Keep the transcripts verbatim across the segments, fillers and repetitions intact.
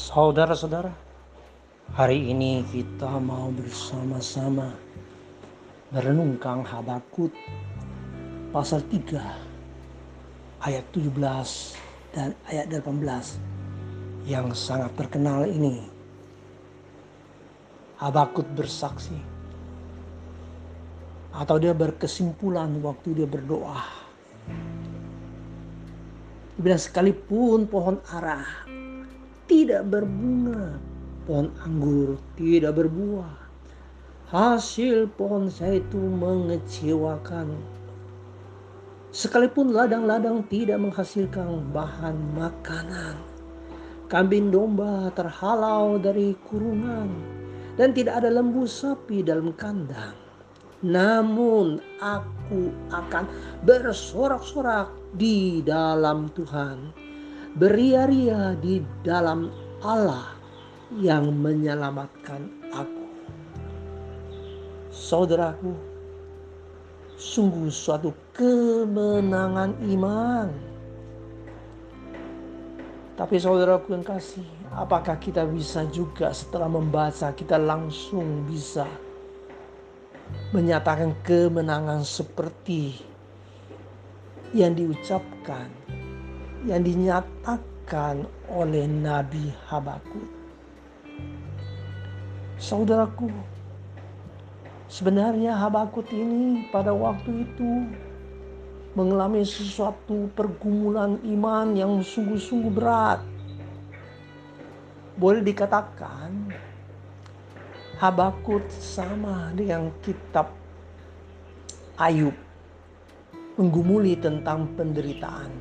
Saudara-saudara, hari ini kita mau bersama-sama merenungkan Habakuk pasal tiga ayat tujuh belas dan ayat delapan belas yang sangat terkenal ini. Habakuk bersaksi atau dia berkesimpulan waktu dia berdoa. Dia bilang, sekalipun pohon ara tidak berbunga, pohon anggur tidak berbuah, hasil pohon zaitun mengecewakan, sekalipun ladang-ladang tidak menghasilkan bahan makanan, kambing domba terhalau dari kurungan, dan tidak ada lembu sapi dalam kandang, namun aku akan bersorak-sorak di dalam Tuhan, beria-ria di dalam Allah yang menyelamatkan aku. Saudaraku, sungguh suatu kemenangan iman. Tapi saudaraku yang kasih, apakah kita bisa juga setelah membaca kita langsung bisa menyatakan kemenangan seperti yang diucapkan, yang dinyatakan oleh Nabi Habakuk? Saudaraku, sebenarnya Habakuk ini pada waktu itu mengalami sesuatu pergumulan iman yang sungguh-sungguh berat. Boleh dikatakan Habakuk sama dengan kitab Ayub, menggumuli tentang penderitaan.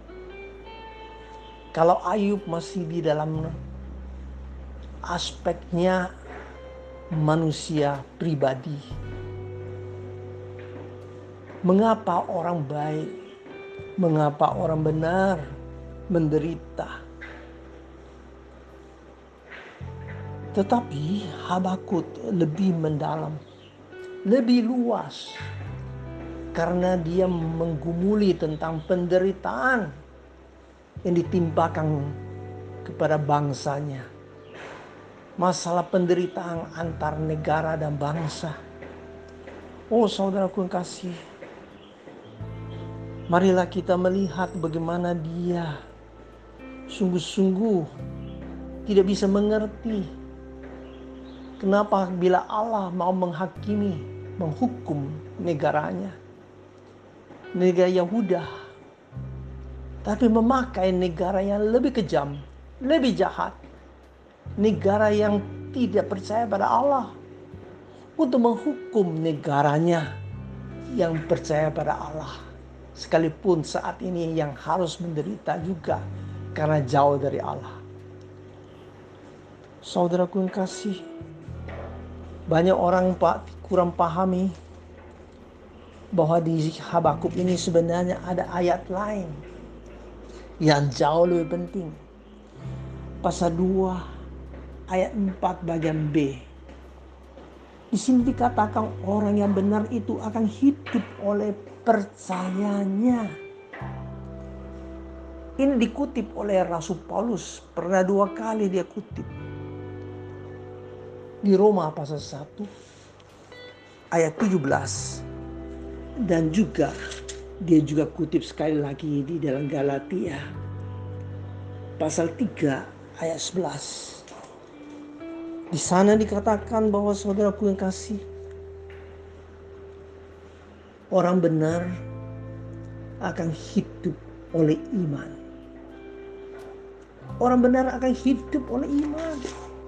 Kalau Ayub masih di dalam aspeknya manusia pribadi, mengapa orang baik, mengapa orang benar menderita? Tetapi Habakuk lebih mendalam, lebih luas, karena dia menggumuli tentang penderitaan yang ditimpakan kepada bangsanya. Masalah penderitaan antar negara dan bangsa. Oh saudaraku yang kasih, marilah kita melihat bagaimana dia sungguh-sungguh tidak bisa mengerti kenapa bila Allah mau menghakimi, menghukum negaranya, negara Yahuda, tapi memakai negara yang lebih kejam, lebih jahat, negara yang tidak percaya pada Allah, untuk menghukum negaranya yang percaya pada Allah, sekalipun saat ini yang harus menderita juga karena jauh dari Allah. Saudaraku yang kasih, banyak orang pak kurang pahami bahwa di Habakuk ini sebenarnya ada ayat lain yang jauh lebih penting. Pasal dua ayat empat bagian B. Di sini dikatakan orang yang benar itu akan hidup oleh percayanya. Ini dikutip oleh Rasul Paulus, pernah dua kali dia kutip. Di Roma pasal satu ayat tujuh belas, dan juga dia juga kutip sekali lagi di dalam Galatia pasal tiga ayat sebelas. Di sana dikatakan bahwa saudaraku yang kasih, orang benar akan hidup oleh iman. Orang benar akan hidup oleh iman.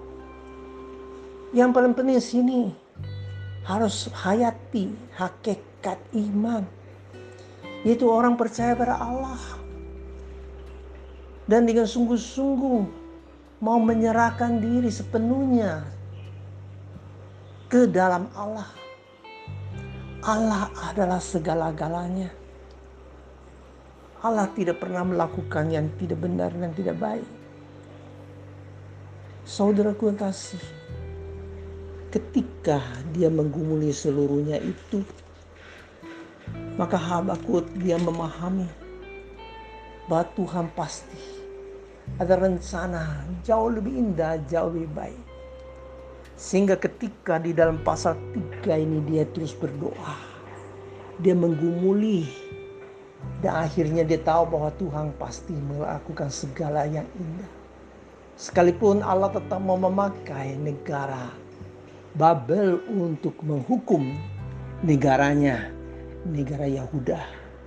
Yang paling penting di sini harus hayati hakikat iman, yaitu orang percaya pada Allah dan dengan sungguh-sungguh mau menyerahkan diri sepenuhnya ke dalam Allah. Allah adalah segala-galanya. Allah tidak pernah melakukan yang tidak benar dan tidak baik. Saudaraku yang kasih, ketika dia menggumuli seluruhnya itu, maka Habakuk dia memahami bahwa Tuhan pasti ada rencana jauh lebih indah, jauh lebih baik. Sehingga ketika di dalam pasal tiga ini dia terus berdoa, dia menggumuli, dan akhirnya dia tahu bahwa Tuhan pasti melakukan segala yang indah. Sekalipun Allah tetap mau memakai negara Babel untuk menghukum negaranya, negara Yahuda.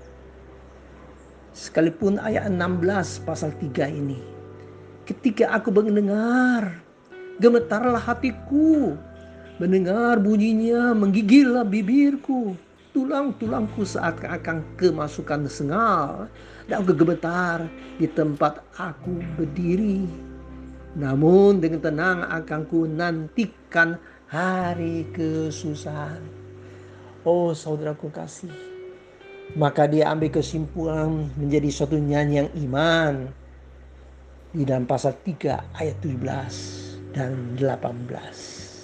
Sekalipun ayat enam belas pasal tiga ini, ketika aku mendengar, gemetarlah hatiku, mendengar bunyinya menggigillah bibirku, tulang-tulangku seakan-akan kemasukan sengal, dan aku gemetar di tempat aku berdiri. Namun dengan tenang akan ku nantikan hari kesusahan. Oh saudaraku kasih, maka dia ambil kesimpulan menjadi suatu nyanyian iman di dalam pasal tiga ayat tujuh belas dan delapan belas.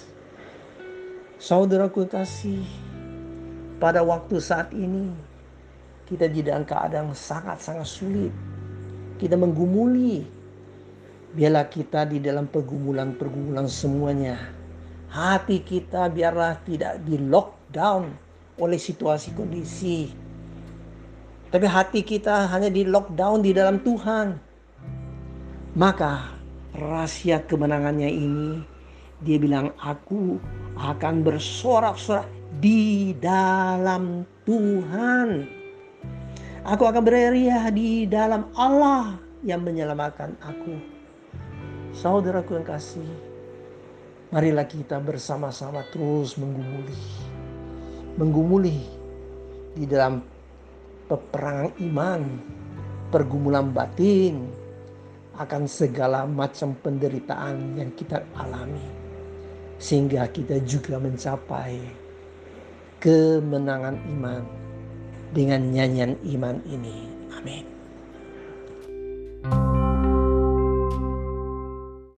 Saudaraku kasih, pada waktu saat ini kita di dalam keadaan sangat-sangat sulit. Kita menggumuli. Biarlah kita di dalam pergumulan-pergumulan semuanya, hati kita biarlah tidak di lockdown oleh situasi kondisi, tapi hati kita hanya di lockdown di dalam Tuhan. Maka rahasia kemenangannya ini, dia bilang, aku akan bersorak-sorak di dalam Tuhan. Aku akan beria di dalam Allah yang menyelamatkan aku. Saudaraku yang kasih, marilah kita bersama-sama terus menggumuli. Menggumuli di dalam peperangan iman, pergumulan batin, akan segala macam penderitaan yang kita alami. Sehingga kita juga mencapai kemenangan iman dengan nyanyian iman ini. Amin.